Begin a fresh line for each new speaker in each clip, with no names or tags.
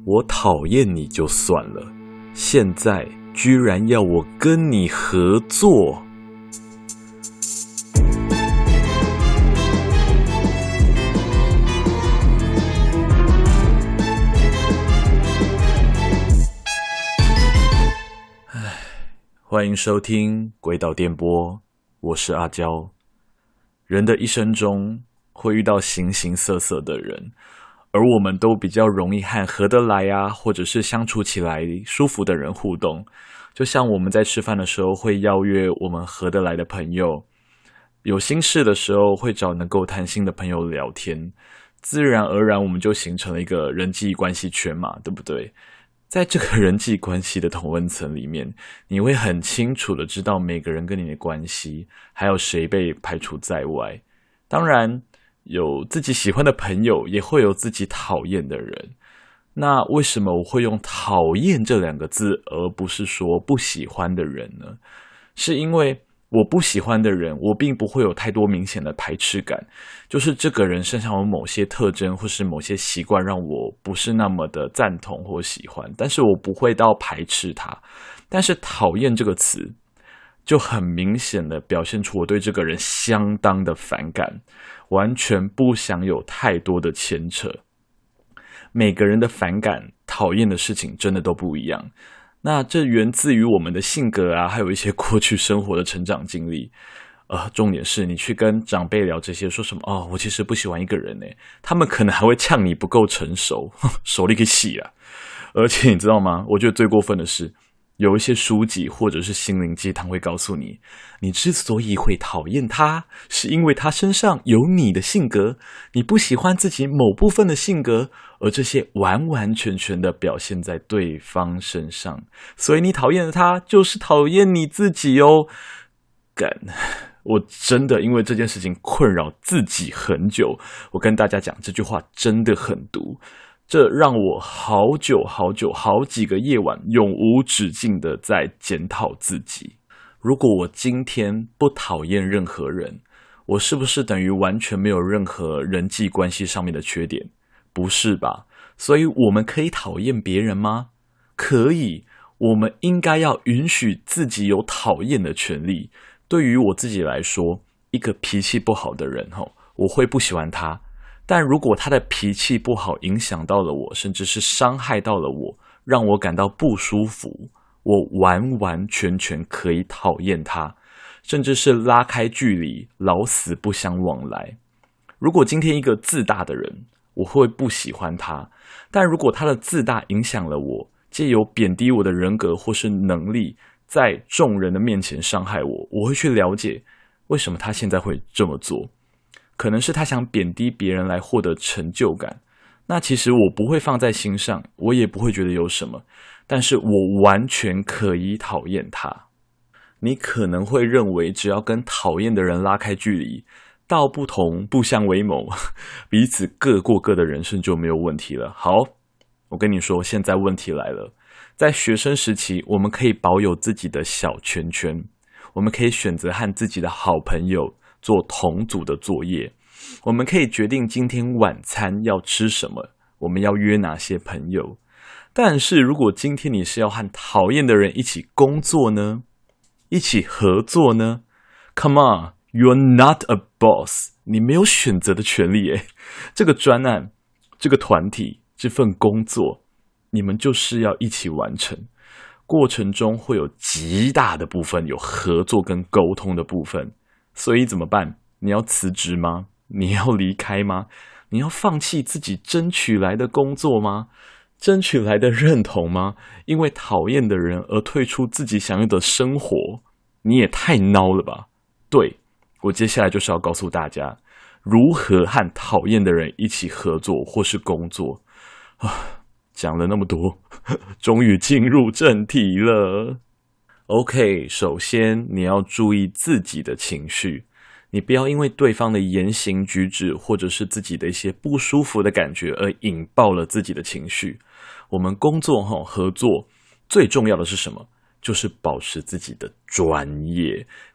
我讨厌你就算了，现在居然要我跟你合作。欢迎收听鬼岛电波，我是阿交。人的一生中会遇到形形色色的人，而我们都比较容易和合得来啊，或者是相处起来舒服的人互动。就像我们在吃饭的时候会邀约我们合得来的朋友，有心事的时候会找能够谈心的朋友聊天，自然而然我们就形成了一个人际关系圈嘛，对不对？在这个人际关系的同温层里面，你会很清楚的知道每个人跟你的关系，还有谁被排除在外。当然有自己喜欢的朋友，也会有自己讨厌的人。那为什么我会用讨厌这两个字，而不是说不喜欢的人呢？是因为我不喜欢的人，我并不会有太多明显的排斥感，就是这个人身上有某些特征或是某些习惯让我不是那么的赞同或喜欢，但是我不会到排斥他。但是讨厌这个词就很明显的表现出我对这个人相当的反感，完全不想有太多的牵扯。每个人的反感、讨厌的事情真的都不一样。那这源自于我们的性格啊，还有一些过去生活的成长经历。重点是你去跟长辈聊这些，说什么我其实不喜欢一个人欸，他们可能还会呛你不够成熟，手力给洗啊。而且你知道吗？我觉得最过分的是，有一些书籍或者是心灵鸡汤会告诉你，你之所以会讨厌他，是因为他身上有你的性格，你不喜欢自己某部分的性格，而这些完完全全的表现在对方身上，所以你讨厌他就是讨厌你自己哦。我真的因为这件事情困扰自己很久，我跟大家讲，这句话真的很毒，这让我好久好几个夜晚永无止境的在检讨自己。如果我今天不讨厌任何人，我是不是等于完全没有任何人际关系上面的缺点？不是吧？所以我们可以讨厌别人吗？可以，我们应该要允许自己有讨厌的权利。对于我自己来说，一个脾气不好的人，我会不喜欢他。但如果他的脾气不好影响到了我，甚至是伤害到了我，让我感到不舒服，我完完全全可以讨厌他，甚至是拉开距离，老死不相往来。如果今天一个自大的人，我会不喜欢他，但如果他的自大影响了我，借由贬低我的人格或是能力，在众人的面前伤害我，我会去了解为什么他现在会这么做。可能是他想贬低别人来获得成就感，那其实我不会放在心上，我也不会觉得有什么，但是我完全可以讨厌他。你可能会认为只要跟讨厌的人拉开距离，道不同不相为谋，彼此各过各的人生就没有问题了。好，我跟你说，现在问题来了。在学生时期，我们可以保有自己的小圈圈，我们可以选择和自己的好朋友做同组的作业，我们可以决定今天晚餐要吃什么，我们要约哪些朋友。但是如果今天你是要和讨厌的人一起工作呢？一起合作呢？ Come on, you're not a boss， 你没有选择的权利耶。这个专案，这个团体，这份工作，你们就是要一起完成，过程中会有极大的部分有合作跟沟通的部分，所以怎么办？你要辞职吗？你要离开吗？你要放弃自己争取来的工作吗？争取来的认同吗？因为讨厌的人而退出自己想要的生活，你也太孬了吧。对，我接下来就是要告诉大家如何和讨厌的人一起合作或是工作讲了那么多，终于进入正题了。OK， 首先你要注意自己的情绪，你不要因为对方的言行举止或者是自己的一些不舒服的感觉而引爆了自己的情绪。我们工作合作最重要的是什么？就是保持自己的专业，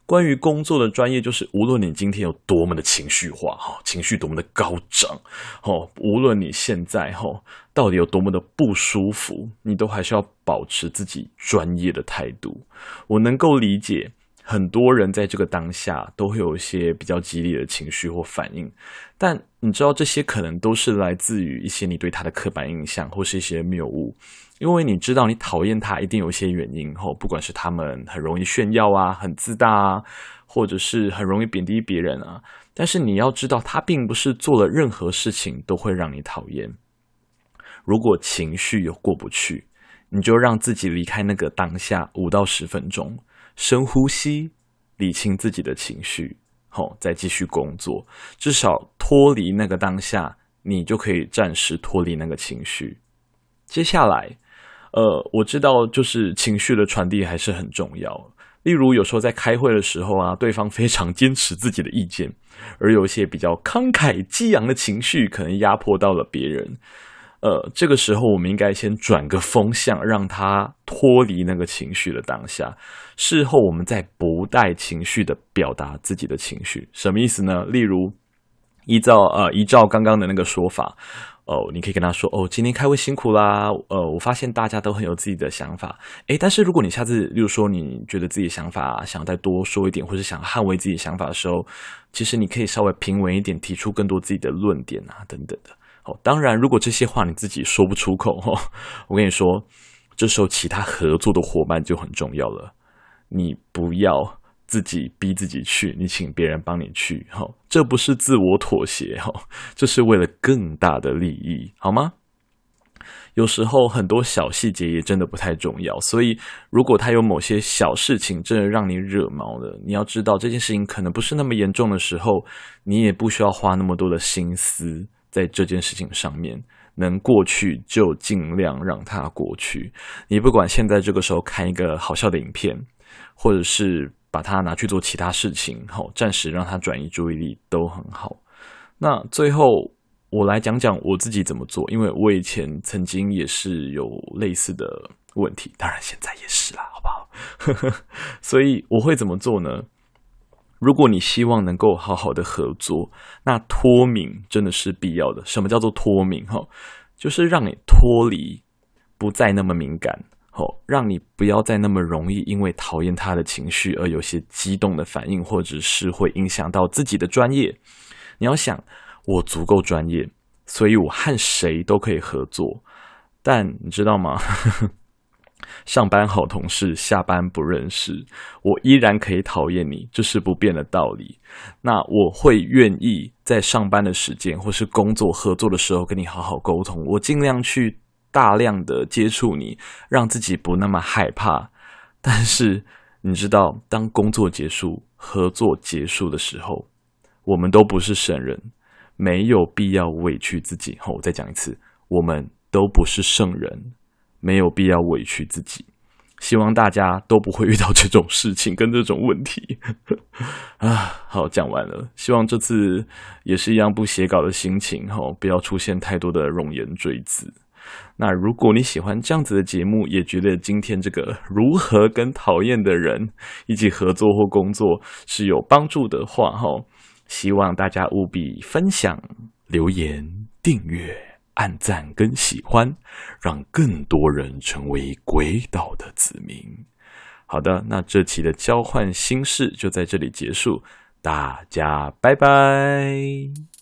关于工作的专业，就是无论你今天有多么的情绪化，情绪多么的高涨，无论你现在到底有多么的不舒服，你都还是要保持自己专业的态度。我能够理解很多人在这个当下都会有一些比较激烈的情绪或反应，但你知道这些可能都是来自于一些你对他的刻板印象或是一些谬误，因为你知道你讨厌他一定有一些原因，不管是他们很容易炫耀啊，很自大啊，或者是很容易贬低别人啊，但是你要知道他并不是做了任何事情都会让你讨厌。如果情绪有过不去，你就让自己离开那个当下5到10分钟，深呼吸，理清自己的情绪，再继续工作，至少脱离那个当下，你就可以暂时脱离那个情绪。接下来我知道就是情绪的传递还是很重要，例如有时候在开会的时候啊，对方非常坚持自己的意见，而有一些比较慷慨激昂的情绪可能压迫到了别人，这个时候我们应该先转个风向，让他脱离那个情绪的当下，事后我们再不带情绪的表达自己的情绪。什么意思呢？例如依照刚刚的那个说法，你可以跟他说，今天开会辛苦啦，我发现大家都很有自己的想法，但是如果你下次例如说你觉得自己的想法想再多说一点，或是想捍卫自己的想法的时候，其实你可以稍微平稳一点，提出更多自己的论点啊等等的。当然如果这些话你自己说不出口，我跟你说，这时候其他合作的伙伴就很重要了，你不要自己逼自己去，你请别人帮你去，这不是自我妥协，这是为了更大的利益，好吗？有时候很多小细节也真的不太重要，所以如果他有某些小事情真的让你惹毛了，你要知道这件事情可能不是那么严重的时候，你也不需要花那么多的心思在这件事情上面，能过去就尽量让它过去。你不管现在这个时候看一个好笑的影片，或者是把它拿去做其他事情，暂时让它转移注意力都很好。那最后我来讲讲我自己怎么做，因为我以前曾经也是有类似的问题，当然现在也是啦，好不好？所以我会怎么做呢？如果你希望能够好好的合作，那脱敏真的是必要的。什么叫做脱敏？就是让你脱离，不再那么敏感，让你不要再那么容易因为讨厌他的情绪而有些激动的反应，或者是会影响到自己的专业。你要想，我足够专业，所以我和谁都可以合作。但你知道吗？上班好同事，下班不认识，我依然可以讨厌你，这是不变的道理。那我会愿意在上班的时间或是工作合作的时候跟你好好沟通，我尽量去大量的接触你，让自己不那么害怕。但是你知道，当工作结束，合作结束的时候，我们都不是圣人，没有必要委屈自己。我再讲一次，我们都不是圣人，没有必要委屈自己。希望大家都不会遇到这种事情跟这种问题。好，讲完了。希望这次也是一样不写稿的心情，不要出现太多的冗言赘字。那如果你喜欢这样子的节目，也觉得今天这个如何跟讨厌的人一起合作或工作是有帮助的话，希望大家务必分享、留言、订阅、按赞跟喜欢，让更多人成为鬼岛的子民。好的，那这期的交换心事就在这里结束，大家拜拜。